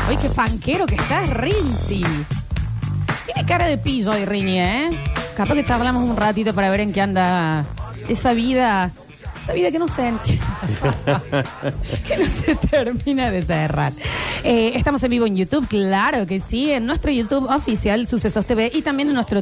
Uy, qué fanquero que estás, Rinzi. Tiene cara de pillo hoy, Rini, ¿eh? Capaz que charlamos un ratito para ver en qué anda esa vida que no se entiende, que no se termina de cerrar. Estamos en vivo en YouTube, claro que sí, en nuestro YouTube oficial Sucesos TV y también en nuestro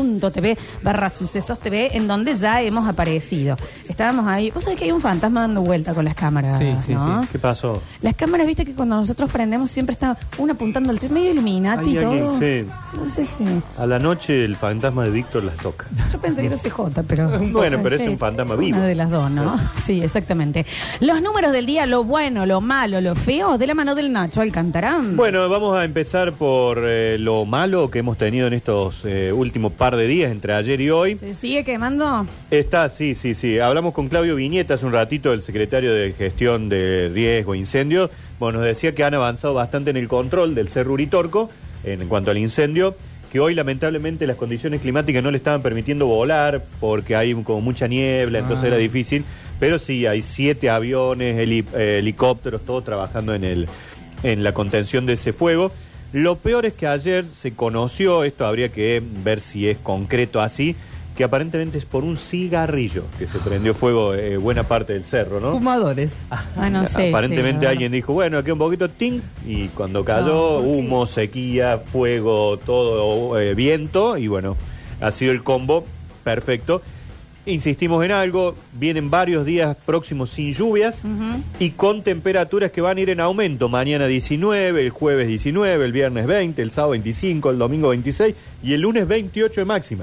twitch.tv/Sucesos TV, en donde ya hemos aparecido. Estábamos ahí, vos sabés que hay un fantasma dando vuelta con las cámaras, ¿no? Sí. ¿Qué pasó? Las cámaras, viste que cuando nosotros prendemos siempre está una apuntando al medio Illuminati y todo. Sí. No sé si... A la noche el fantasma de Víctor las toca. Yo pensé que era CJ, pero... Bueno, pero es un fantasma vivo. Una de las dos, ¿no? Sí, exactamente. Los números del día, lo bueno, lo malo, lo feo, de la mano del Nacho Alcantarán. Bueno, vamos a empezar por lo malo que hemos tenido en estos últimos par de días, entre ayer y hoy. ¿Se sigue quemando? Está, sí. Hablamos con Claudio Viñeta hace un ratito, el secretario de Gestión de Riesgo e Incendios. Bueno, nos decía que han avanzado bastante en el control del Cerro Uritorco en cuanto al incendio, que hoy lamentablemente las condiciones climáticas no le estaban permitiendo volar porque hay como mucha niebla, entonces era difícil. Pero sí, hay 7 aviones, helicópteros, todo trabajando en la contención de ese fuego. Lo peor es que ayer se conoció, esto habría que ver si es concreto así, que aparentemente es por un cigarrillo que se prendió fuego buena parte del cerro, ¿no? Fumadores. No sé. Aparentemente alguien dijo, bueno, aquí un poquito, ting, y cuando cayó, humo, sequía, fuego, todo, viento, y bueno, ha sido el combo perfecto. Insistimos en algo, vienen varios días próximos sin lluvias y con temperaturas que van a ir en aumento. Mañana 19, el jueves 19, el viernes 20, el sábado 25, el domingo 26 y el lunes 28 de máxima.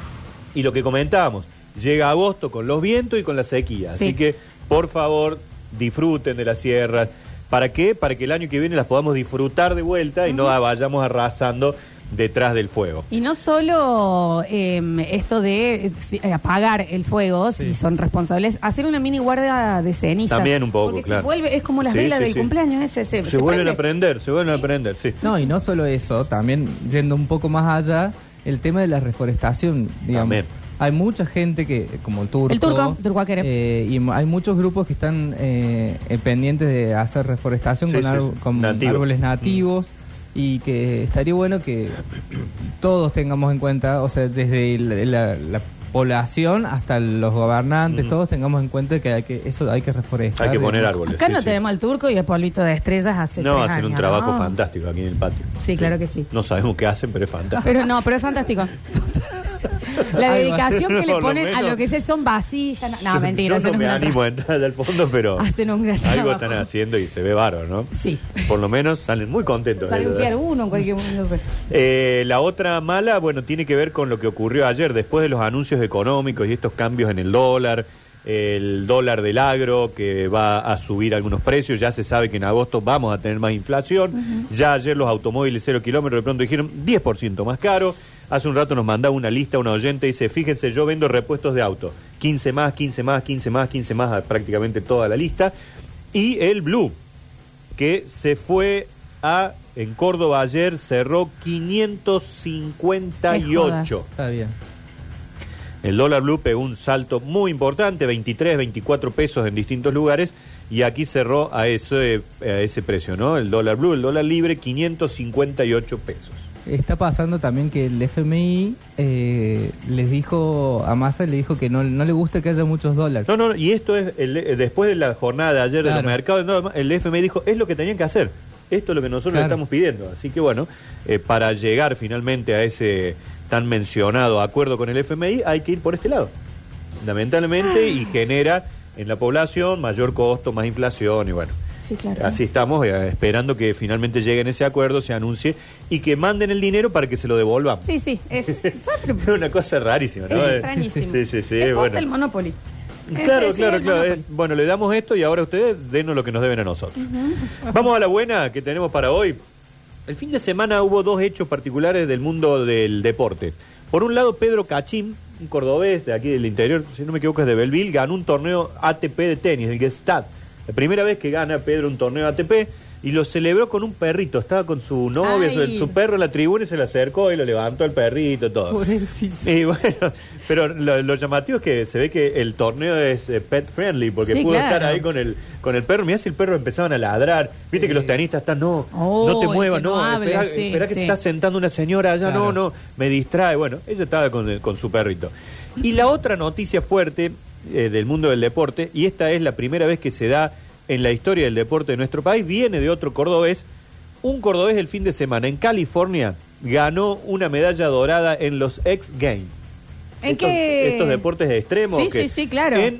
Y lo que comentábamos, llega agosto con los vientos y con la sequía. Sí. Así que, por favor, disfruten de las sierras. ¿Para qué? Para que el año que viene las podamos disfrutar de vuelta y no vayamos arrasando detrás del fuego. Y no solo esto de apagar el fuego, si son responsables, hacer una mini guardia de ceniza. También un poco, porque claro. se vuelve, es como las velas del cumpleaños, se vuelven prende. a prender, se vuelven a prender, sí. No, y no solo eso, también yendo un poco más allá, el tema de la reforestación, digamos. También. Hay mucha gente que, como el Turco, Turquaquere. y hay muchos grupos que están pendientes de hacer reforestación con árboles nativos. Y que estaría bueno que todos tengamos en cuenta, o sea, desde la población hasta los gobernantes, todos tengamos en cuenta que eso hay que reforestar. Hay que poner árboles. Acá no tenemos al Turco y el Polvito de Estrellas hace 3 años. Hacen un trabajo fantástico aquí en el patio. Sí, claro que sí. No sabemos qué hacen, pero es fantástico. Pero es fantástico. La dedicación que le ponen a lo que son vasijas. No, mentira. Yo no me animo a entrar al fondo, pero hacen un gran algo trabajo. están haciendo y se ve bárbaro, ¿no? Sí. Por lo menos salen muy contentos. Sale un Fiat Uno en cualquier momento, no sé. La otra mala, bueno, tiene que ver con lo que ocurrió ayer, después de los anuncios económicos y estos cambios en el dólar del agro que va a subir algunos precios. Ya se sabe que en agosto vamos a tener más inflación. Ya ayer los automóviles 0 kilómetros de pronto dijeron 10% más caro. Hace un rato nos mandaba una lista, una oyente, dice, fíjense, yo vendo repuestos de auto, 15 más, prácticamente toda la lista. Y el Blue, que se fue en Córdoba ayer, cerró 558. Está bien. El dólar Blue pegó un salto muy importante, 23, 24 pesos en distintos lugares, y aquí cerró a ese precio, ¿no? El dólar Blue, el dólar libre, 558 pesos. Está pasando también que el FMI les dijo a Massa, le dijo que no le gusta que haya muchos dólares. No, y esto es después de la jornada de ayer de los mercados, el FMI dijo, es lo que tenían que hacer. Esto es lo que nosotros le estamos pidiendo. Así que bueno, para llegar finalmente a ese tan mencionado acuerdo con el FMI, hay que ir por este lado. Lamentablemente, y genera en la población mayor costo, más inflación, y bueno. Sí, claro. Así estamos esperando que finalmente lleguen ese acuerdo, se anuncie y que manden el dinero para que se lo devolvamos. Sí, es una cosa rarísima, ¿no? Sí, extrañísimo. Sí, es bueno. el Monopoly. Claro. Bueno, le damos esto y ahora ustedes denos lo que nos deben a nosotros. Vamos a la buena que tenemos para hoy. El fin de semana hubo 2 hechos particulares del mundo del deporte. Por un lado, Pedro Cachín, un cordobés de aquí del interior, si no me equivoco es de Belleville, ganó un torneo ATP de tenis, el Gestad. La primera vez que gana Pedro un torneo ATP, y lo celebró con un perrito. Estaba con su novia, su perro en la tribuna y se le acercó y lo levantó al perrito, todo. Pobrecito. Y bueno, pero lo llamativo es que se ve que el torneo es pet friendly, porque pudo estar ahí con el perro. Mirá si el perro empezaban a ladrar. Viste que los tenistas están, no te muevas, espera que se está sentando una señora allá, no, me distrae. Bueno, ella estaba con su perrito. Y la otra noticia fuerte del mundo del deporte, y esta es la primera vez que se da en la historia del deporte de nuestro país, viene de otro cordobés. Un cordobés el fin de semana en California ganó una medalla dorada en los X Games. ¿En qué? Estos deportes extremos. Sí, claro. En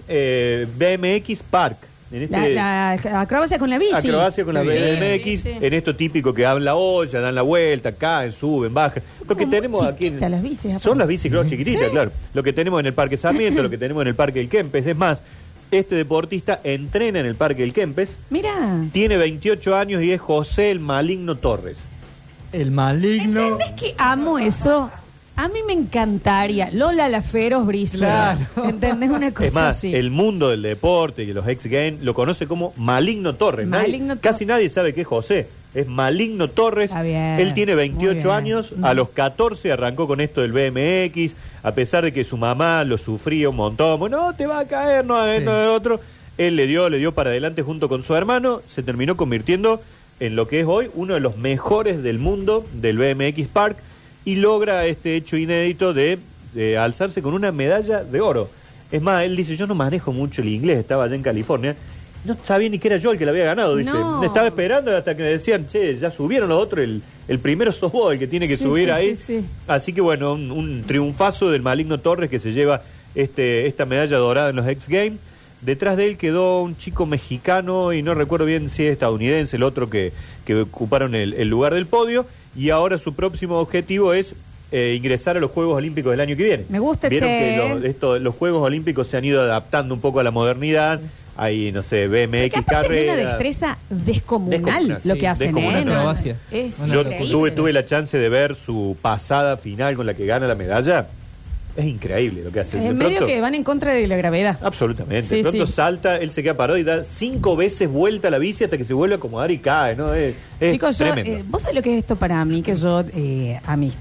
BMX Park. En la acrobacia con la bici. Acrobacia con la BMX. Sí. En esto típico que dan la olla, dan la vuelta, caen, suben, bajan. Lo que tenemos aquí las bicis, son las bici chiquititas, claro. Lo que tenemos en el Parque Sarmiento, lo que tenemos en el Parque del Kempes. Es más, este deportista entrena en el Parque del Kempes. Mira. Tiene 28 años y es José el Maligno Torres. El Maligno. ¿Entendés que amo eso? A mí me encantaría. Lola la Feroz Brizuela. Claro. ¿Entendés una cosa así? Es más, así? El mundo del deporte y los X Games lo conoce como Maligno Torres. Casi nadie sabe que es José. Es Maligno Torres. Está bien, él tiene 28 años. A los 14 arrancó con esto del BMX. A pesar de que su mamá lo sufría un montón. Bueno, te va a caer, no otro. Él le dio para adelante junto con su hermano. Se terminó convirtiendo en lo que es hoy uno de los mejores del mundo del BMX Park. Y logra este hecho inédito de alzarse con una medalla de oro. Es más, él dice, yo no manejo mucho el inglés, estaba allá en California, no sabía ni que era yo el que la había ganado, dice. Me estaba esperando hasta que me decían, che, ya subieron los otros, el primero sos vos el que tiene que subir ahí. Sí. Así que bueno, un triunfazo del Maligno Torres que se lleva esta medalla dorada en los X Games. Detrás de él quedó un chico mexicano y no recuerdo bien si es estadounidense, el otro que ocuparon el lugar del podio. Y ahora su próximo objetivo es ingresar a los Juegos Olímpicos del año que viene. Me gusta, Vieron que los Juegos Olímpicos se han ido adaptando un poco a la modernidad. Hay, no sé, BMX, carrera. Es una destreza descomunal lo que hacen, acrobacia. Yo tuve la chance de ver su pasada final con la que gana la medalla. Es increíble lo que hace. En medio que van en contra de la gravedad. Absolutamente. De pronto salta, él se queda parado y da 5 veces vuelta a la bici hando que se vuelve a acomodar y cae, ¿no? Es Chicos, tremendo. ¿vos sabés lo que es esto para mí? Que yo, a mis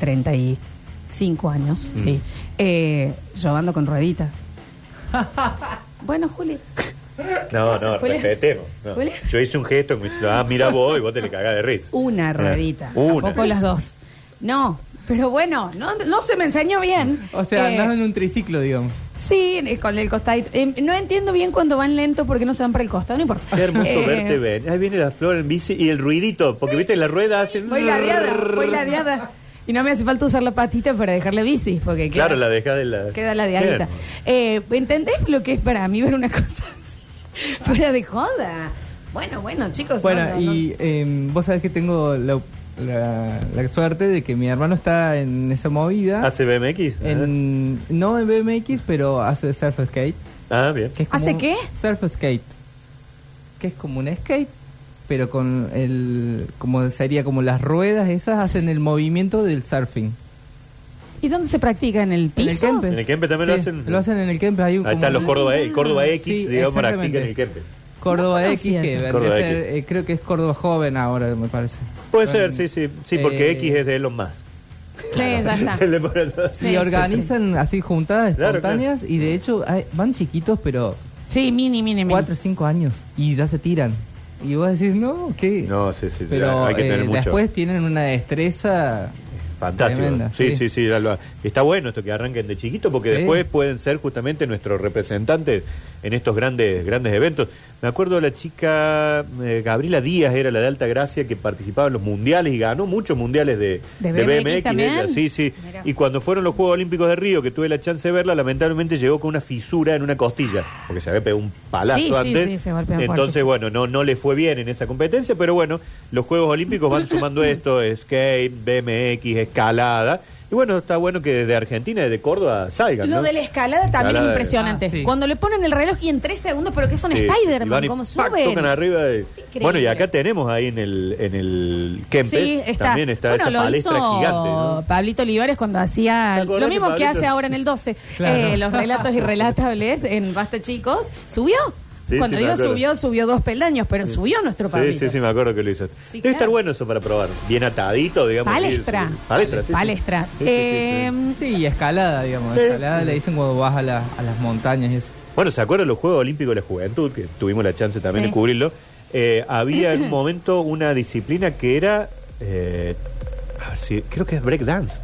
35 años, yo ando con rueditas. Bueno, Juli. No, respetemos. No. Yo hice un gesto que me dice, mira vos, y vos te le cagás de risa. Una ruedita. Tampoco las dos. No. Pero bueno, no se me enseñó bien. O sea, andás en un triciclo, digamos. Sí, con el costadito. No entiendo bien cuando van lento porque no se van para el costado, no importa. Qué hermoso verte, ven. Ahí viene la flor en bici y el ruidito, porque viste, la rueda hace... Voy ladeada. Y no me hace falta usar la patita para dejar la bici, porque claro, la deja de la... Queda ladeadita. ¿Entendés lo que es para mí ver una cosa así? Fuera de joda. Bueno, chicos. Bueno, vos sabés que tengo la suerte de que mi hermano está en esa movida. ¿Hace BMX? No en BMX, pero hace surf skate. Ah, bien. ¿Hace qué? Surf skate. Que es como un skate, pero con como sería como las ruedas esas hacen el movimiento del surfing. ¿Y dónde se practica? ¿En el piso? En el Kempes también lo hacen. Lo hacen en el Kempes. Ahí están los Córdoba X, digamos, practican en el Kempes. Córdoba X, que creo que es Córdoba Joven ahora, me parece. Puede ser, sí, porque X es de Elon Musk. Sí, ya está. Y organizan así juntadas espontáneas, claro. Y de hecho van chiquitos, pero... Sí, mini. 4 o 5 años y ya se tiran. Y vos decís, no, ¿qué? No, sí, pero hay que tener mucho. Después tienen una destreza... Fantástico. Tremenda, sí. Está bueno esto que arranquen de chiquito porque después pueden ser justamente nuestros representantes en estos grandes eventos. Me acuerdo de la chica Gabriela Díaz, era la de Altagracia, que participaba en los mundiales y ganó muchos mundiales de BMX. ¿También? Sí. Mira. Y cuando fueron los Juegos Olímpicos de Río, que tuve la chance de verla, lamentablemente llegó con una fisura en una costilla, porque se había pegado un palazo antes. Sí, se golpean Entonces, fuerte. bueno, no le fue bien en esa competencia, pero bueno, los Juegos Olímpicos van sumando esto, skate, BMX, escalada. Y bueno, está bueno que desde Argentina, desde Córdoba, salgan. Lo de la escalada también es impresionante. Sí. Cuando le ponen el reloj y en 3 segundos, pero que son Spider-Man, ¿cómo suben? Tocan arriba de... Bueno, y acá tenemos ahí en el Kempes, también está esa palestra gigante, ¿no? Pablito Olivares cuando hacía lo mismo que hace ahora en el 12, claro. Los relatos irrelatables en Basta Chicos, subió Sí, Cuando sí, digo subió 2 peldaños, pero subió nuestro papito. Sí, me acuerdo que lo hizo. Sí, Debe estar bueno eso para probar. Bien atadito, digamos. Palestra. Palestra. Sí, y escalada, digamos. Escalada le dicen cuando vas a las montañas y eso. Bueno, ¿se acuerdan los Juegos Olímpicos de la Juventud? Que tuvimos la chance también de cubrirlo. Había en un momento una disciplina que era... a ver si, creo que es breakdance.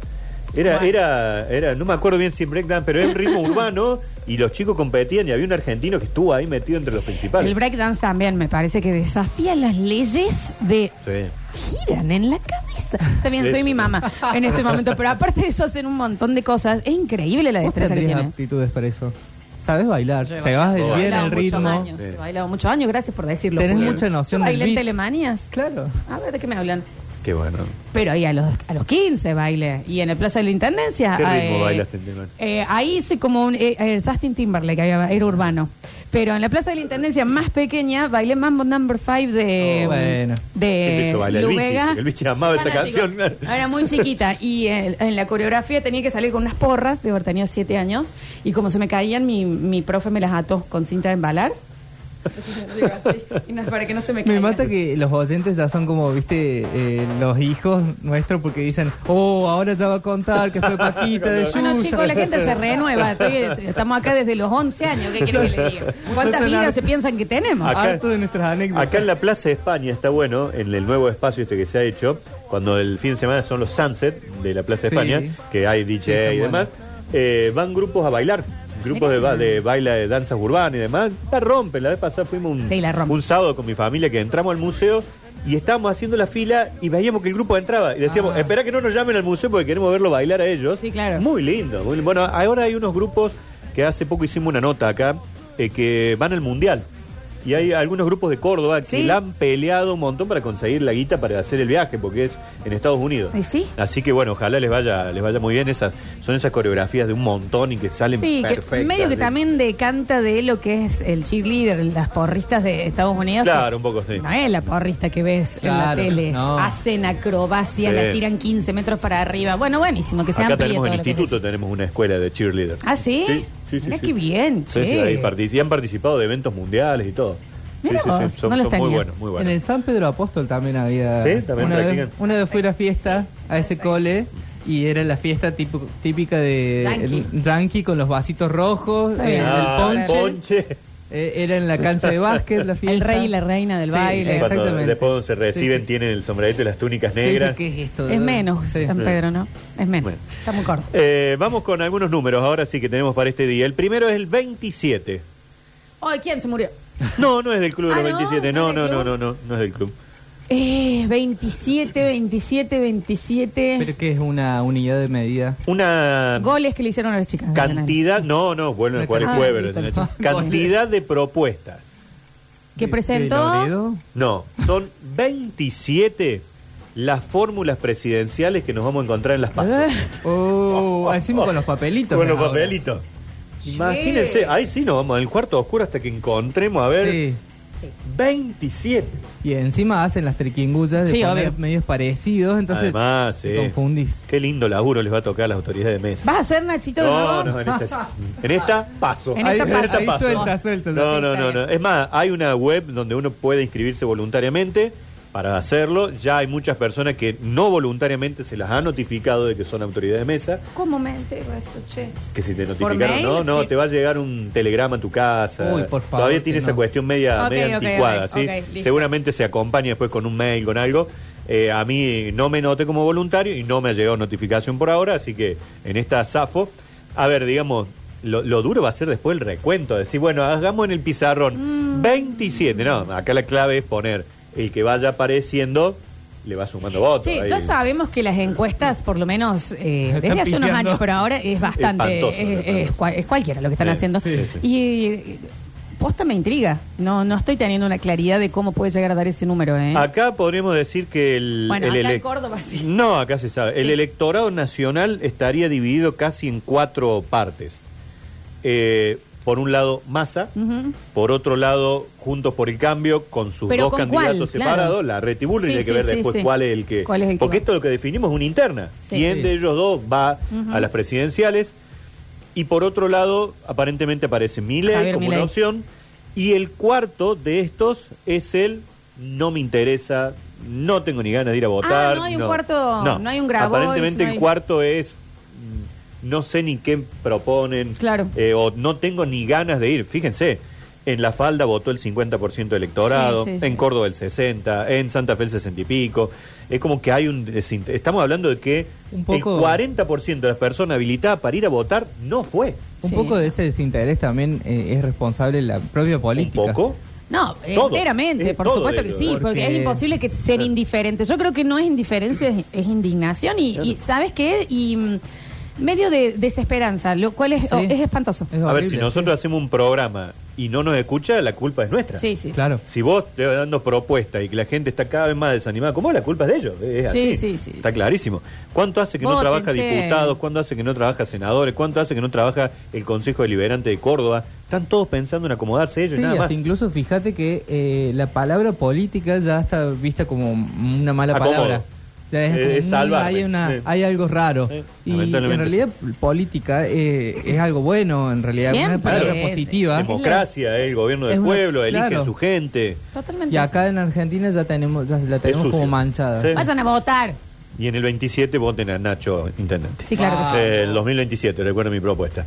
Era, no me acuerdo bien si breakdance, pero era un ritmo urbano y los chicos competían y había un argentino que estuvo ahí metido entre los principales. El breakdance también me parece que desafía las leyes de... Giran en la cabeza. También soy mi mamá en este momento, pero aparte de eso hacen un montón de cosas. Es increíble la destreza que tienen. Aptitudes para eso. ¿Sabes bailar? Se vas bien el ritmo. He bailado muchos años, gracias por decirlo. Tenés mucha noción del beat. ¿Bailé en Telemanías? Claro. A ver, ¿de qué me hablan? Qué bueno. Pero ahí a los 15 bailé. Y en el Plaza de la Intendencia... ¿Qué ritmo bailaste en Telemanías? Ahí hice como un... Justin Timberlake, era urbano. Pero en la Plaza de la Intendencia más pequeña bailé Mambo No. 5 de... de Lubega. El bichi amaba esa canción. Era muy chiquita. Y en la coreografía tenía que salir con unas porras. De haber tenido 7 años. Y como se me caían, mi profe me las ató con cinta de embalar. Así, y no, para que no se me caiga. Me mata que los oyentes ya son como, viste, los hijos nuestros porque dicen, ahora ya va a contar que fue Paquita de Yuya. Bueno, chicos, la gente se renueva. Estamos acá desde los 11 años. ¿Qué quieren que le diga? ¿Cuántas vidas se piensan que tenemos? Harto de nuestras anécdotas. Acá en la Plaza de España está bueno, en el nuevo espacio que se ha hecho, cuando el fin de semana son los sunset de la Plaza de España, que hay DJ y demás, van grupos a bailar. Grupos de baile de danzas urbanas y demás, la rompen. La vez pasada fuimos un sábado con mi familia que entramos al museo y estábamos haciendo la fila y veíamos que el grupo entraba y decíamos, espera que no nos llamen al museo porque queremos verlo bailar a ellos. Sí, claro. Muy lindo, muy lindo. Bueno, ahora hay unos grupos que hace poco hicimos una nota acá que van al Mundial. Y hay algunos grupos de Córdoba que la han peleado un montón para conseguir la guita para hacer el viaje, porque es en Estados Unidos. ¿Sí? Así que bueno, ojalá les vaya muy bien. Son esas coreografías de un montón y que salen perfectas. Que medio que también decanta de lo que es el cheerleader, las porristas de Estados Unidos. Claro, un poco sí. No es la porrista que ves en la tele. No. Hacen acrobacias, las tiran 15 metros para arriba. Bueno, buenísimo, que se amplíe. Acá tenemos en el instituto, tenemos una escuela de cheerleader. ¿Ah, sí? Sí. Qué bien, che. Sí, ahí han participado de eventos mundiales y todo. Son muy buenos. En el San Pedro Apóstol también había... Sí, también una vez fui a la fiesta a ese cole y era la fiesta típica de Yankee con los vasitos rojos, el ponche. Era en la cancha de básquet la fiesta. El rey y la reina del baile. Exactamente. Después se reciben, tienen el sombrerito y las túnicas negras. ¿Qué es esto? Es menos, San Pedro, ¿no? Es menos. Bueno. Está muy corto. Vamos con algunos números ahora sí que tenemos para este día. El primero es el 27. Ay, ¿quién se murió? No es del club de los 27. No es del club. 27. ¿Pero qué es una unidad de medida? Goles que le hicieron a las chicas. Cantidad, bueno, el cual es jueves. Cantidad de propuestas. ¿Que presentó? No, son 27 las fórmulas presidenciales que nos vamos a encontrar en las PASO. Encima con los papelitos. Con los papelitos. Imagínense, ahí sí nos vamos al cuarto oscuro hasta que encontremos, a ver, 27. Y encima hacen las triquingullas de poner medios parecidos, entonces además, te confundís. Qué lindo laburo les va a tocar a las autoridades de mesa. ¿Vas a hacer, Nachito? No, en esta paso. En esta paso. Suelta. No. Es más, hay una web donde uno puede inscribirse voluntariamente. Para hacerlo, ya hay muchas personas que no voluntariamente se las ha notificado de que son autoridades de mesa. ¿Cómo me entero eso, che? Que si te notificaron, no, te va a llegar un telegrama a tu casa. Uy, por favor. Todavía tiene esa cuestión media anticuada, ¿sí? Seguramente se acompaña después con un mail, con algo. A mí no me noté como voluntario y no me ha llegado notificación por ahora, así que en esta zafo, a ver, digamos, lo duro va a ser después el recuento, decir, bueno, hagamos en el pizarrón 27, no, acá la clave es poner el que vaya apareciendo, le va sumando votos. Sí, ya sabemos que las encuestas, por lo menos desde hace unos años, pero ahora es bastante, es cualquiera lo que están haciendo. Sí. Y posta me intriga, no estoy teniendo una claridad de cómo puede llegar a dar ese número. Acá podríamos decir que acá en Córdoba sí. No, acá se sabe. Sí. El electorado nacional estaría dividido casi en 4 partes. Por un lado, Massa, por otro lado, Juntos por el Cambio, con sus dos candidatos separados, la Reti Bullrich, hay que ver después cuál es el que... Porque esto lo que definimos es una interna. ¿Quién de ellos dos va a las presidenciales? Y por otro lado, aparentemente aparece Milei como una opción. Y el cuarto de estos es el no me interesa, no tengo ni ganas de ir a votar. No hay un cuarto, no hay un Grabois. Aparentemente el cuarto es no sé ni qué proponen, claro. O no tengo ni ganas de ir. Fíjense, en La Falda votó el 50% del electorado, en Córdoba el 60%, en Santa Fe el 60 y pico. Es como que hay estamos hablando de que el 40% de las personas habilitadas para ir a votar no fue. Un poco de ese desinterés también es responsable la propia política. ¿Un poco? No, enteramente, por supuesto que sí, porque es imposible que ser indiferente. Yo creo que no es indiferencia, es indignación y ¿sabes qué? Y medio de desesperanza, lo cual es espantoso. Es horrible, a ver, si nosotros hacemos un programa y no nos escucha, la culpa es nuestra. Sí, claro. Si vos te vas dando propuestas y que la gente está cada vez más desanimada, ¿cómo? La culpa es de ellos. Es así. Sí. Está clarísimo. ¿Cuánto hace que no trabaja diputados? ¿Cuánto hace que no trabaja senadores? ¿Cuánto hace que no trabaja el Consejo Deliberante de Córdoba? Están todos pensando en acomodarse ellos y nada más. Incluso fíjate que la palabra política ya está vista como una mala palabra. Ya es salvaje. Hay algo raro. Y en realidad política es algo bueno, en realidad es una palabra positiva. Democracia, el gobierno del pueblo, eligen su gente. Totalmente. Y acá en Argentina ya la tenemos como manchada. Sí. Vayan a votar. Y en el 27 voten a Nacho intendente. Sí, claro que sí. El 2027, recuerden mi propuesta.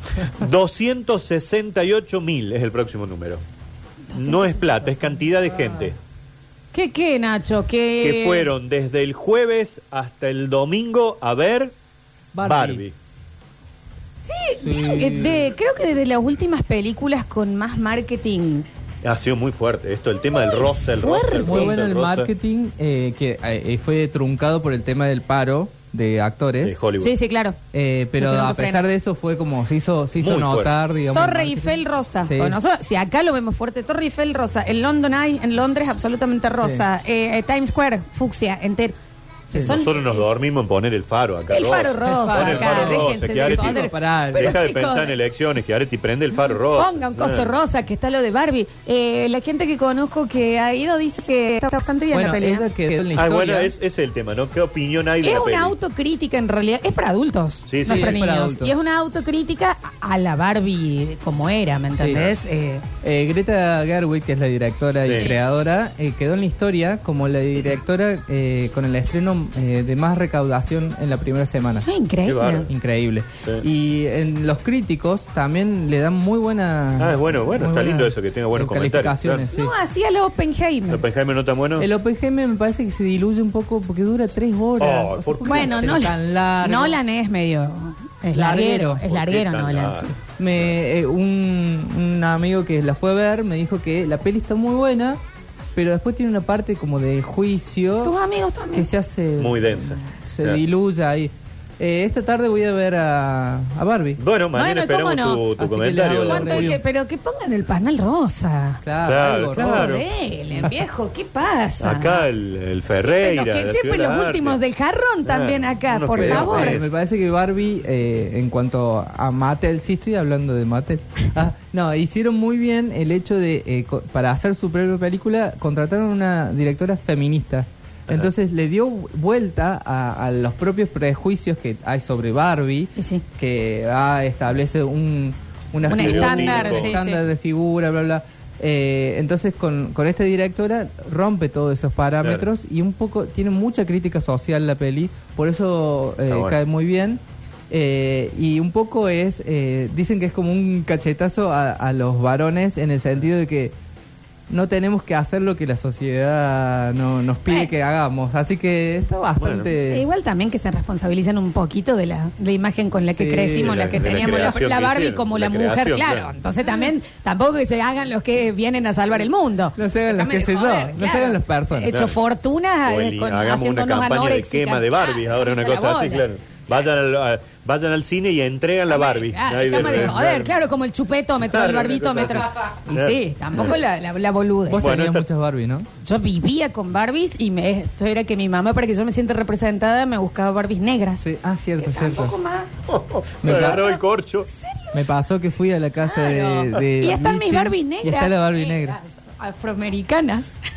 268.000 es el próximo número. No es plata, es cantidad de gente. ¿Qué, Nacho? Que fueron desde el jueves hasta el domingo a ver Barbie. Sí. Creo que desde las últimas películas con más marketing. Ha sido muy fuerte esto, el tema del rosa, el rosa. Muy bueno el marketing, que fue truncado por el tema del paro de actores de Hollywood. Sí, claro. Pero a pesar de eso fue como se hizo notar, digamos. Torre Eiffel rosa. Sí. Bueno, si acá lo vemos fuerte, Torre Eiffel rosa. En Londres absolutamente rosa. Times Square fucsia entero. Nosotros nos dormimos en poner el faro acá. El faro rosa. El faro rosa. Deja de pensar en elecciones, que Areti prende el faro rosa. Ponga un coso rosa, que está lo de Barbie. La gente que conozco que ha ido dice que está bastante bien la pelea. Bueno, ese es el tema, ¿no? ¿Qué opinión hay de la pelea? Es una autocrítica en realidad, es para adultos. Sí, no es para niños. Y es una autocrítica a la Barbie como era, ¿me entendés? Greta Gerwig, que es la directora y creadora, quedó en la historia como la directora con el estreno de más recaudación en la primera semana. Increíble. Sí. Y en los críticos también le dan muy buena. Es bueno, está lindo eso, que tenga buenos comentarios. Claro. Sí. No, hacía el Oppenheimer. ¿El Oppenheimer no tan bueno? El Oppenheimer me parece que se diluye un poco porque dura 3 horas. Bueno, no tan largo. Nolan es medio. Es larguero Nolan. Un amigo que la fue a ver me dijo que la peli está muy buena, pero después tiene una parte como de juicio. Tus amigos también. Que se hace. Muy densa. Se diluye ahí. Esta tarde voy a ver a Barbie. Bueno, mañana esperamos tu comentario. Pero que pongan el panel rosa. Claro. Viejo, ¿qué pasa? Acá el Ferreira. Siempre los últimos del jarrón también acá, por favor. Me parece que Barbie, en cuanto a Mattel, sí estoy hablando de Mattel. Hicieron muy bien el hecho de, para hacer su propia película, contrataron una directora feminista. Entonces le dio vuelta a los propios prejuicios que hay sobre Barbie, que establece un estándar de figura, bla, bla. Entonces con esta directora rompe todos esos parámetros y un poco tiene mucha crítica social la peli, por eso cae muy bien. Y un poco dicen que es como un cachetazo a los varones en el sentido de que no tenemos que hacer lo que la sociedad nos pide que hagamos. Así que está bastante... Igual también que se responsabilizan un poquito de la imagen con la que crecimos, la que teníamos la Barbie como la mujer, claro. Entonces también, tampoco que se hagan los que vienen a salvar el mundo. No se hagan los que se no se hagan las personas. Hecho fortuna hagamos una campaña de quema de Barbie, ahora una cosa así, claro. Vayan al cine y entregan la Barbie. Claro, como el chupetómetro, el barbitómetro. Y sí, tampoco la boluda. Vos tenías muchas Barbie, ¿no? Yo vivía con Barbies y esto era que mi mamá, para que yo me sienta representada, me buscaba Barbies negras. Sí. Cierto. Tampoco más. Me agarró el corcho. ¿En serio? Me pasó que fui a la casa de y están mis Barbies negras. Y está la Barbie negra. Afroamericanas.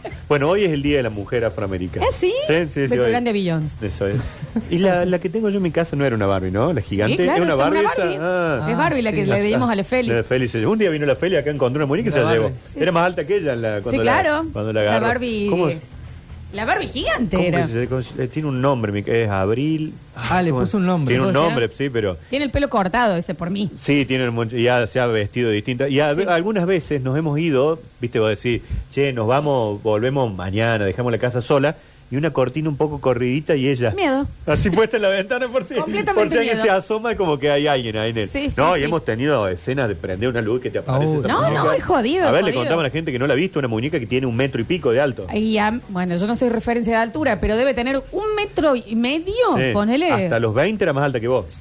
Bueno, hoy es el Día de la Mujer Afroamericana. ¿Sí? Sí. Beso Hoy. grande a Beyoncé. Eso es. Y la que tengo yo en mi casa no era una Barbie, ¿no? La gigante. Sí, claro, ¿Es una es Barbie una esa? Barbie. Es Barbie la que le dimos a la Feli. La de Feli. Un día vino la Feli, acá encontró una muñeca y se la llevó. Sí. Era más alta que ella Sí, claro. cuando la agarró. La Barbie. ¿Cómo? La Barbie gigante ¿Cómo era. tiene un nombre, es Abril. Le puso un nombre. Tiene un nombre, sí, pero... Tiene el pelo cortado ese por mí. Sí, ya se ha vestido distinta. Y algunas veces nos hemos ido, viste, vos decís, che, nos vamos, volvemos mañana, dejamos la casa sola, y una cortina un poco corridita y ella... Miedo. Así puesta en la ventana por si alguien se asoma, como que hay alguien ahí en él. Sí, y hemos tenido escenas de prender una luz que te aparece esa muñeca. No, es jodido. A ver, jodido. le contamos a la gente que no la ha visto, una muñeca que tiene 1 metro y pico de alto. Bueno, yo no soy referencia de altura, pero debe tener 1,5 metros, Sí. ponele. Hasta los 20 era más alta que vos.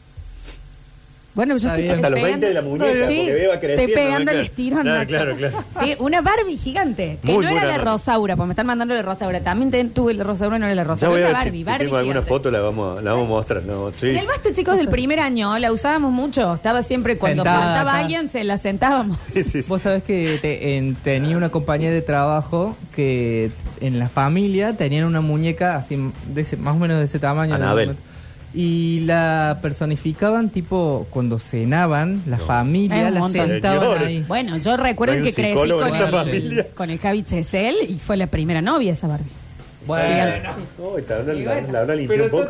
Bueno, yo estoy hasta los 20 de la muñeca, sí, porque va creciendo. estoy pegando ¿no? el estirón, Nacho. Claro. Sí, una Barbie gigante. Que Muy no era buena la nota. Rosaura, porque me están mandando la Rosaura. También tuve la Rosaura y no era la Ya Rosaura. voy a Era ver Barbie, si Barbie tengo alguna gigante. foto, la vamos a mostrar. No, sí. En el Basta, chicos, del primer año la usábamos mucho. Estaba siempre cuando Sentada faltaba acá. alguien, se la sentábamos. Sí. Vos sabés que tenía una compañera de trabajo que en la familia tenían una muñeca así, más o menos de ese tamaño. Anabel. Y la personificaban tipo cuando cenaban, la Es familia un la montón. sentaban Señores. ahí. Bueno, yo recuerdo Hay un que crecí psicólogo en esa familia. con el Javi Chesel y fue la primera novia esa Barbie. Bueno, la habrá limpiado un poco.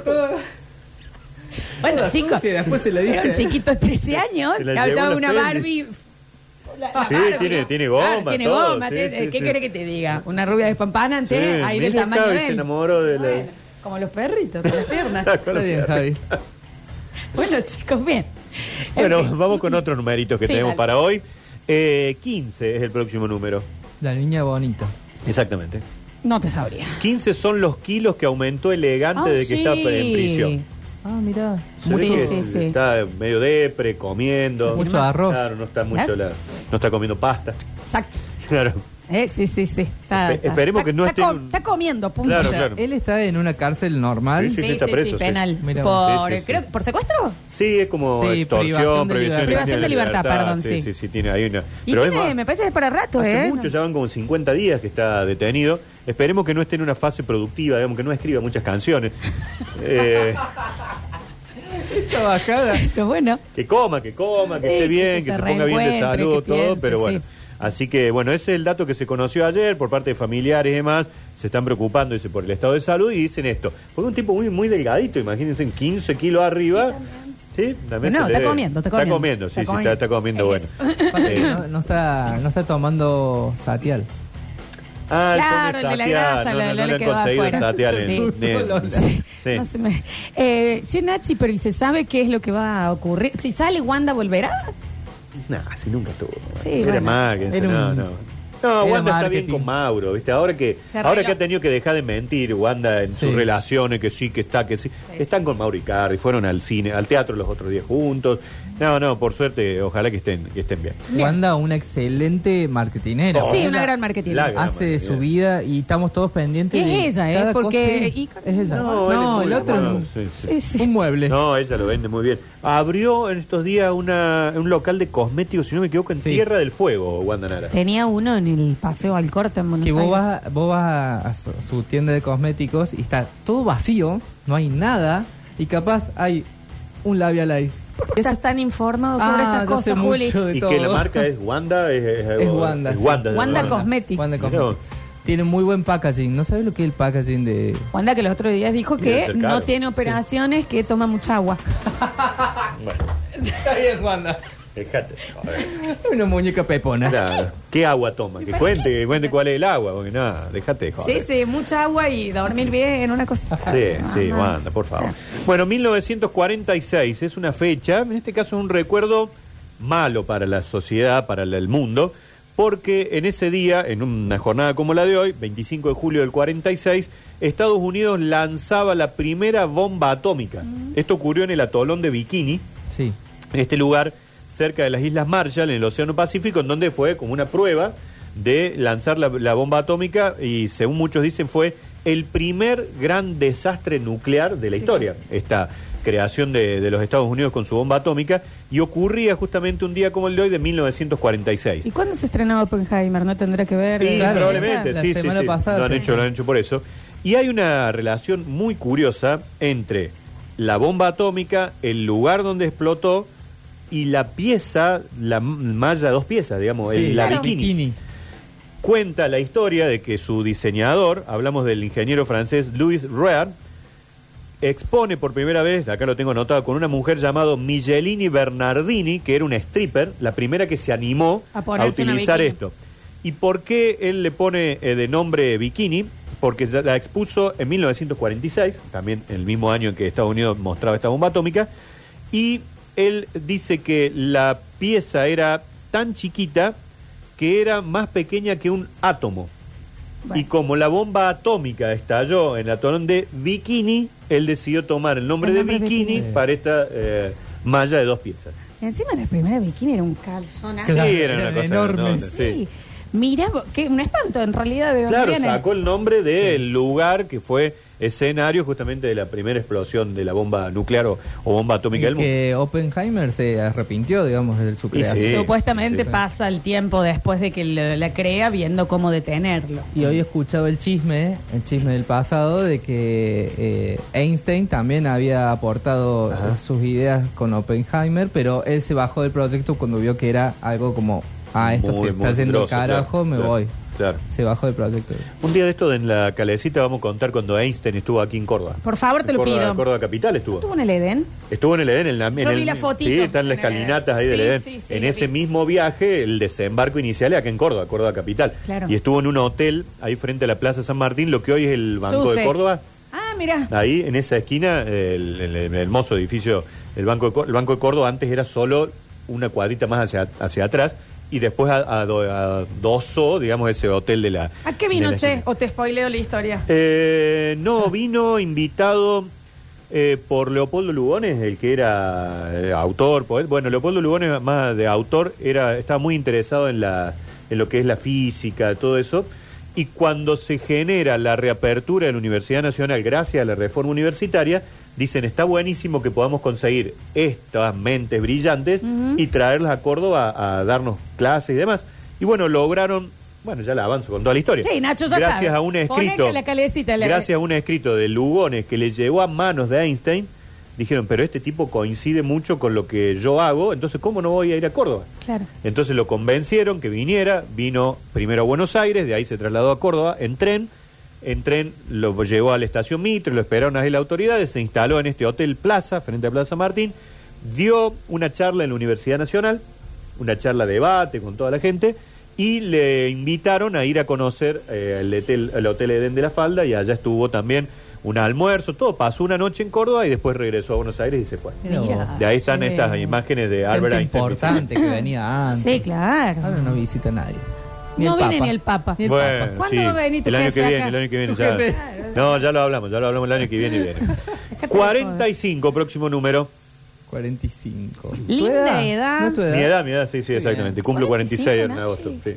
Bueno, chicos, Después se le era un chiquito de 13 años, Se la que llevó estaba la una Feli. Barbie. La Sí, Barbie. tiene goma, tiene todo, goma. sí, ¿Qué sí. querés que te diga? Una rubia despampanante, Sí, ahí del mira, tamaño Javi de se él. enamoró de la... Bueno, como los perritos, de las piernas. Está bien, Javi. Bueno, chicos, bien. En Bueno, fin. vamos con otros numeritos que Sí, tenemos dale. para hoy. 15 es el próximo número. La niña bonita. Exactamente. No te sabría. 15 son los kilos que aumentó Elegante de que sí. está en prisión. Mirá. Se ve Sí, que sí, sí. está medio depre, comiendo. Mucho arroz. Claro, no está mucho Claro. no está comiendo pasta. Exacto. Claro. Sí. Esperemos que no esté en un- Está comiendo, punto. Claro, O sea, claro. él está en una cárcel normal. Sí, está preso, sí. penal. Mira, Por, sí, sí, sí. creo, ¿por secuestro? Sí, es como Sí, extorsión, Privación de libertad, perdón, sí. Sí, tiene ahí una. Y Pero tiene, es más, me parece que es para rato, hace mucho, ya van como 50 días que está detenido. Esperemos que no esté en una fase productiva, digamos, que no escriba muchas canciones. Esa bajada. Pero bueno. Que coma, que esté bien, que se ponga bien de reencuentre, salud, que todo, piense, pero bueno. sí. Así que, bueno, ese es el dato que se conoció ayer por parte de familiares y demás. Se están preocupando, dice, por el estado de salud y dicen esto. Porque un tipo muy, muy delgadito, imagínense, en 15 kilos arriba. Sí, también No, se le está ve. comiendo, Está comiendo, sí, está comiendo, bueno. Pasa que no está tomando Satial. Ah, Claro, el de la grasa, no lo le le han quedó conseguido afuera. Satial Sí. Sí. No se me... Che, Nachi, pero ¿y se sabe qué es lo que va a ocurrir? Si sale, ¿Wanda volverá? Nah, si nunca tuvo. Sí, Era bueno. más que Era no, un- no. No, era Wanda está bien marketing. con Mauro, ¿viste? Ahora que ha tenido que dejar de mentir, Wanda en sus Sí. relaciones, que sí, que está, que sí. Están con Mauro Icardi, fueron al cine, al teatro los otros días juntos. No, por suerte, ojalá que estén bien. Wanda, una excelente marketinera. Oh. Sí, Ella una gran marketing. La gran hace de su marketinera. vida y estamos todos pendientes Es de ella, cada porque cosa. Es ella. No, él es el muy otro bueno, es sí. Sí, sí. un mueble. No, ella lo vende muy bien. Abrió en estos días un local de cosméticos, si no me equivoco, en Sí. Tierra del Fuego, Wanda Nara. Tenía uno en el Paseo Alcorta en Buenos Que Aires. vos vas a su tienda de cosméticos y está todo vacío, no hay nada, y capaz hay un labial ahí. ¿Estás tan informado sobre estas yo sé cosas, Juli? mucho de Y todo. que la marca es Wanda. Es Wanda, Es sí. Wanda, Wanda ¿no? Cosmetics. Wanda Mirá Cosmetics. vos. Tiene muy buen packaging. ¿No sabes lo que es el packaging de...? Wanda que los otros días dijo Debe que ser caro. no tiene operaciones, que toma mucha agua. Bueno, Está bien, Wanda. dejate. Joder. Una muñeca pepona. Claro. ¿Qué agua toma? Que cuente cuál es el agua, porque nada, dejate de joder. Sí, mucha agua y dormir bien en una cosa. Sí, Wanda, por favor. Bueno, 1946 es una fecha, en este caso es un recuerdo malo para la sociedad, para el mundo, porque en ese día, en una jornada como la de hoy, 25 de julio del 46, Estados Unidos lanzaba la primera bomba atómica. Esto ocurrió en el atolón de Bikini, Sí. en este lugar cerca de las Islas Marshall, en el Océano Pacífico, en donde fue como una prueba de lanzar la bomba atómica y, según muchos dicen, fue el primer gran desastre nuclear de la historia, creación de los Estados Unidos con su bomba atómica, y ocurría justamente un día como el de hoy de 1946. ¿Y cuándo se estrenó Oppenheimer? ¿No tendrá que ver? Sí, claro, probablemente, la semana pasada. Lo han hecho por eso. Y hay una relación muy curiosa entre la bomba atómica, el lugar donde explotó y la pieza, la malla de 2 piezas, digamos, la bikini. Cuenta la historia de que su diseñador, hablamos del ingeniero francés Louis Roer, expone por primera vez, acá lo tengo anotado, con una mujer llamada Michelini Bernardini, que era una stripper, la primera que se animó a utilizar esto. ¿Y por qué él le pone de nombre bikini? Porque la expuso en 1946, también el mismo año en que Estados Unidos mostraba esta bomba atómica, y él dice que la pieza era tan chiquita que era más pequeña que un átomo. Bueno. Y como la bomba atómica estalló en el atolón de Bikini, él decidió tomar el nombre de bikini para esta malla de 2 piezas. Encima la primera bikini era un calzón. Sí, era una cosa enorme. Sí. Mira, que un espanto en realidad de dónde claro, viene. Sacó el nombre del lugar que fue escenario justamente de la primera explosión de la bomba nuclear o bomba atómica del mundo. Que Oppenheimer se arrepintió, digamos, de su creación. Sí, supuestamente pasa el tiempo después de que la crea viendo cómo detenerlo. Y hoy he escuchado el chisme del pasado de que Einstein también había aportado sus ideas con Oppenheimer, pero él se bajó del proyecto cuando vio que era algo como esto se está haciendo carajo, me voy. Claro. Se bajó del proyecto. Un día de esto en la Calecita vamos a contar cuando Einstein estuvo aquí en Córdoba. Por favor, te lo pido. Córdoba Capital estuvo. ¿Estuvo en el Edén? Estuvo en el Edén. Yo vi la fotito. Sí, están las escalinatas ahí del Edén. Sí, en ese mismo viaje, el desembarco inicial es acá en Córdoba Capital. Claro. Y estuvo en un hotel ahí frente a la Plaza San Martín, lo que hoy es el Banco de Córdoba. Ah, mira. Ahí, en esa esquina, el hermoso edificio, el Banco de Córdoba, antes era solo una cuadrita más hacia atrás. Y después adosó, digamos, ese hotel de la... ¿A qué vino, che? ¿O te spoileo la historia? No, vino invitado por Leopoldo Lugones, el que era autor, poeta. Bueno, Leopoldo Lugones, más de autor, estaba muy interesado en lo que es la física, todo eso. Y cuando se genera la reapertura de la Universidad Nacional gracias a la reforma universitaria, dicen, está buenísimo que podamos conseguir estas mentes brillantes y traerlas a Córdoba a darnos clases y demás. Y bueno, lograron, ya la avanzo con toda la historia. Sí, Nacho, ya gracias a un escrito, gracias a un escrito de Lugones que le llegó a manos de Einstein, dijeron, pero este tipo coincide mucho con lo que yo hago, entonces ¿cómo no voy a ir a Córdoba? Claro. Entonces lo convencieron que viniera, vino primero a Buenos Aires, de ahí se trasladó a Córdoba en tren lo llevó a la estación Mitre, lo esperaron ahí las autoridades, se instaló en este Hotel Plaza, frente a Plaza Martín, dio una charla en la Universidad Nacional, una charla de debate con toda la gente, y le invitaron a ir a conocer el Hotel Edén de la Falda, y allá estuvo también un almuerzo, todo, pasó una noche en Córdoba y después regresó a Buenos Aires y se fue. Mira, de ahí están estas imágenes de Albert Einstein. Importante que venía antes. Sí, claro. Ahora no visita a nadie. No viene ni el Papa. Bueno, ¿Cuándo va a venir tu el año jefe que viene, acá? el año que viene ya. No, ya lo hablamos el año que viene. 45, próximo número. 45. Linda edad. ¿No es tu edad? Mi edad, sí, exactamente. Cumplo 46 en agosto. Sí.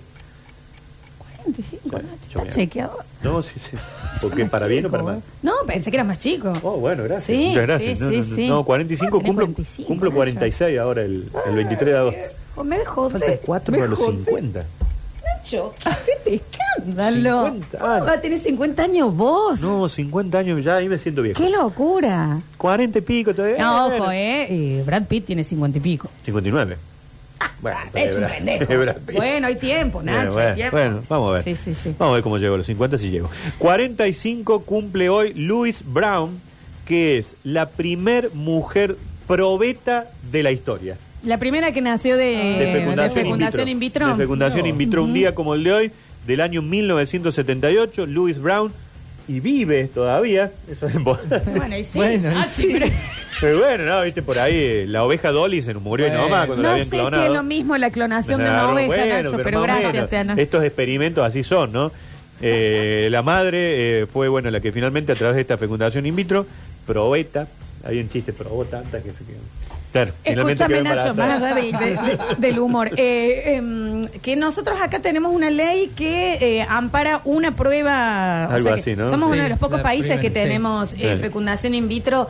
45, Nacho. ¿Está chequeado? No, sí. ¿Por qué? ¿Para bien o para mal? No, pensé que eras más chico. Oh, bueno, gracias. Sí, muchas gracias. sí. No, 45, cumplo 46 ahora, el 23 de agosto. Me dejó Faltan 4 para los 50. Nacho, qué escándalo. 50 ¿Cómo va a tener 50 años vos? No, 50 años ya, ahí me siento viejo. ¡Qué locura! 40 y pico todavía. No, ojo, Brad Pitt tiene 50 y pico. 59. Bueno, es un pendejo. Bueno, hay tiempo, Nacho, hay tiempo. Bueno, vamos a ver. Sí. Vamos a ver cómo llego a los 50, si llego. 45 cumple hoy Louise Brown, que es la primer mujer probeta de la historia. La primera que nació de fecundación in vitro. De fecundación in vitro, un día como el de hoy, del año 1978, Louise Brown, y vive todavía. Eso es importante. Bueno, y sí. Pero bueno, no, viste, por ahí la oveja Dolly se murió y nomás cuando la habían clonado. No sé si es lo mismo la clonación de una oveja, Nacho, pero gracias, Tana. Estos experimentos así son, ¿no? La madre fue, la que finalmente a través de esta fecundación in vitro, probeta, hay un chiste, probó tantas que se quedó. Claro, escúchame, Nacho, más allá del humor, que nosotros acá tenemos una ley que ampara una prueba. Algo así, ¿no? Somos uno de los pocos países que tenemos fecundación in vitro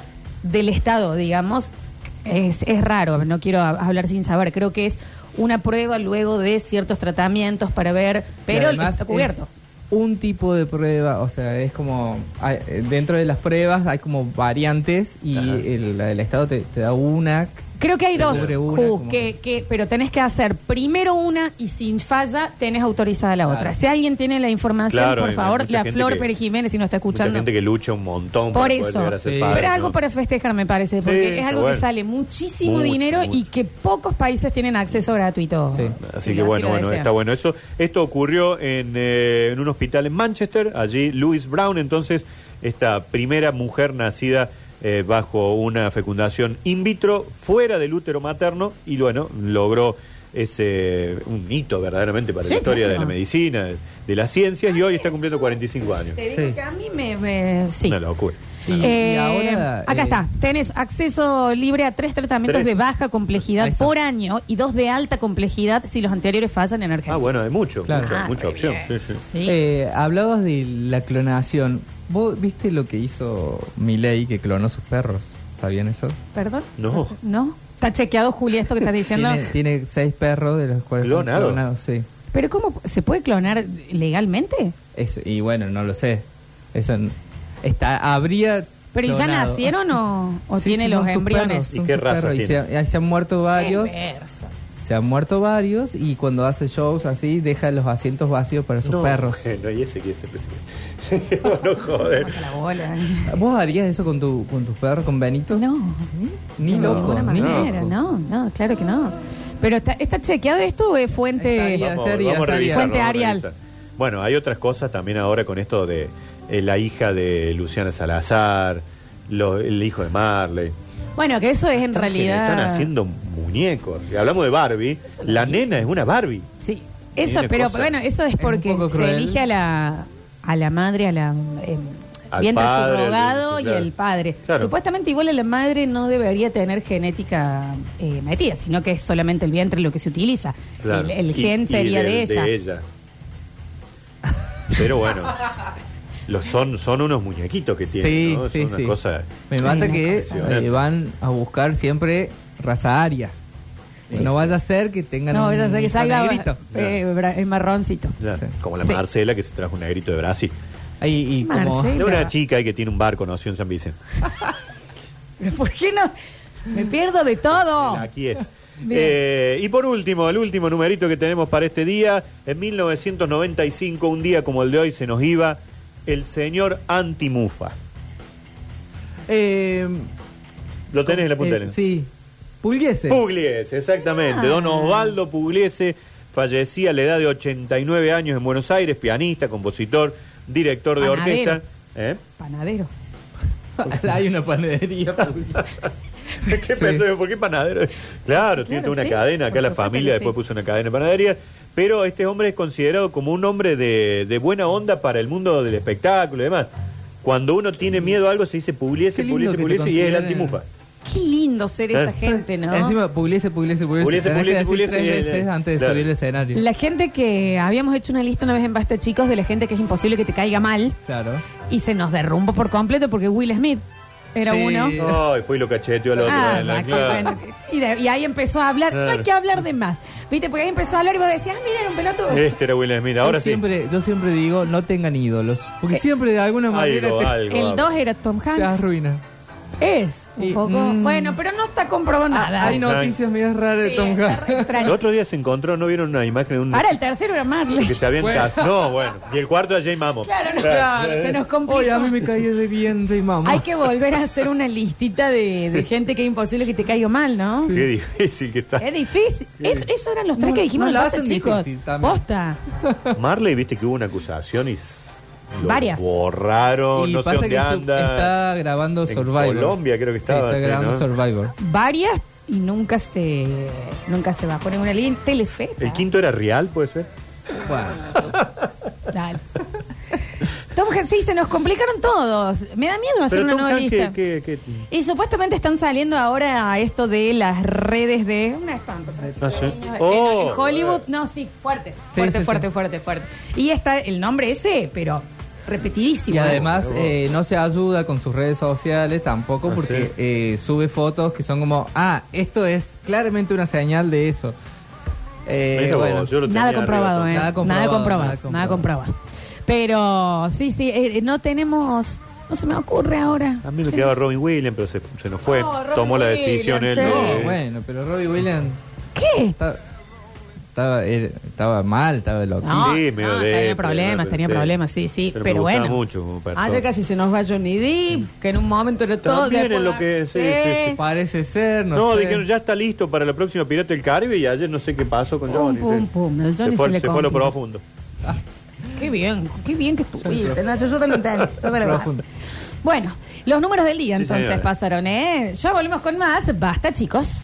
del Estado, digamos, es raro, no quiero hablar sin saber, creo que es una prueba luego de ciertos tratamientos para ver, pero está cubierto. Un tipo de prueba, o sea, es como dentro de las pruebas hay como variantes y la del Estado te da una. Creo que hay dos, pero tenés que hacer primero una y si falla tenés autorizada la otra. Si alguien tiene la información, por favor, la Flor Pérez Jiménez, si no está escuchando. Mucha gente que lucha un montón por eso. Padre, pero es algo para festejar, me parece, porque es algo que sale muchísimo dinero y que pocos países tienen acceso gratuito. Sí. Así que bueno, está bueno eso. Esto ocurrió en un hospital en Manchester, allí Louise Brown, entonces esta primera mujer nacida bajo una fecundación in vitro fuera del útero materno y bueno, logró un hito verdaderamente para la historia de la medicina, de las ciencias y hoy está cumpliendo 45 años. Te digo que a mí sí. Una locura. Y ahora, acá está, tenés acceso libre a 3 tratamientos de baja complejidad por año y 2 de alta complejidad si los anteriores fallan en Argentina. Bueno, hay mucha opción. Sí. Hablabas de la clonación. ¿Vos viste lo que hizo Milei, que clonó sus perros? ¿Sabían eso? ¿Perdón? No. ¿Está chequeado, Juli, esto que estás diciendo? Tiene 6 perros, de los cuales son clonados, sí. ¿Pero cómo? ¿Se puede clonar legalmente? Eso, y bueno, no lo sé. Eso habría... ¿Pero clonado. ya nacieron o tiene los embriones? ¿Y qué raza tiene? Se han muerto varios. Se han muerto varios y cuando hace shows así deja los asientos vacíos para sus perros. No, y ese que es el presidente. No, joder. ¿Vos harías eso con tus perros, con Benito? No. Ni loco. De ninguna manera. No, claro que no. Pero está chequeado esto, es fuente... Fuente Arial. Bueno, hay otras cosas también ahora con esto de la hija de Luciana Salazar, el hijo de Marley. Bueno, que eso es en realidad... Están haciendo muñecos. Hablamos de Barbie. La nena es una Barbie. Sí. Eso, pero bueno, eso es porque se elige a la madre, al vientre subrogado y el padre. Claro. Supuestamente igual a la madre no debería tener genética metida, sino que es solamente el vientre lo que se utiliza. Claro. El gen sería de ella. Pero bueno... son unos muñequitos que tienen, ¿no? Sí, son una cosa. Me mata que van a buscar siempre raza aria. No vaya a ser que tengan vaya a ser que salga marroncito. Claro. Como la Marcela que se trajo un negrito de Brasil. Y como una chica ahí que tiene un bar conocido en San Vicente. ¿Por qué no? Me pierdo de todo. Aquí es. Y por último, el último numerito que tenemos para este día. En 1995, un día como el de hoy, se nos iba el señor Antimufa. ¿Lo tenés en la punta? Sí. Pugliese, exactamente. Don Osvaldo Pugliese fallecía a la edad de 89 años en Buenos Aires, pianista, compositor, director de orquesta. Panadero. Hay una panadería. ¿Qué pensó? ¿Por qué panadero? Claro, tiene una cadena. Acá la familia después puso una cadena de panadería. Pero este hombre es considerado como un hombre de buena onda para el mundo del espectáculo y demás. Cuando uno tiene miedo a algo se dice Pugliese y es el Antimufa. Qué lindo ser esa gente, ¿no? Encima Pugliese. Tres veces antes de subir el escenario. La gente que habíamos hecho una lista una vez en Basta, chicos, de la gente que es imposible que te caiga mal. Claro. Y se nos derrumbó por completo porque Will Smith era uno. Ay, fue y lo cacheteó al otro. Bueno, y ahí empezó a hablar. No hay que hablar de más. ¿Viste? Porque ahí empezó a hablar y vos decías, mira, era un pelotudo. Este era Will Smith, ahora yo siempre digo, no tengan ídolos. Porque siempre de alguna manera... El 2 era Tom Hanks. Te arruina. Un poco. Bueno, pero no está comprobado nada. Hay noticias medias raras de Tom Hanks. El otro día se encontró, ¿no vieron una imagen de un... Ahora el tercero era Marley. Que se habían casado. No, bueno. Y el cuarto era Jay Mamo. Claro, se nos complicó. Oye, a mí me caía de bien Jay Mamo. Hay que volver a hacer una listita de gente que es imposible que te caiga mal, ¿no? Sí. Qué difícil que está. Es difícil. Eso eran los 3 que dijimos, chicos. Posta. Marley, viste que hubo una acusación y... Varias. Borraron, y no sé dónde anda. Está grabando Survivor. En Colombia creo que estaba. Está grabando Survivor. Varias y nunca se bajó en una línea en Telefe. ¿El quinto era real, puede ser? Bueno. Dale. Tom Hanks, sí, se nos complicaron todos. Me da miedo hacer una nueva lista. Y supuestamente están saliendo ahora esto de las redes de... Una espanto. En Hollywood, fuerte. Y está el nombre ese, pero repetidísimo. Y además no se ayuda con sus redes sociales tampoco porque sube fotos que son como, esto es claramente una señal de eso. Bueno, nada comprobado, nada comprobado. Pero sí, no tenemos... No se me ocurre ahora. A mí me quedaba Robin Williams, pero se nos fue. Tomó la decisión él. Bueno, pero Robin Williams... ¿Qué? Estaba mal, estaba loco. Tenía problemas, sí. Pero bueno. Mucho ya casi se nos va Johnny Depp, que en un momento era todo. Lo que sí. Parece ser, no sé. Dijeron ya está listo para la próxima Pirata del Caribe y ayer no sé qué pasó con Johnny. El Johnny se fue a lo profundo. Qué bien que estuviste, Nacho, yo te lo entiendo. Bueno, los números del día entonces pasaron, ¿eh? Ya volvemos con más. Basta, chicos.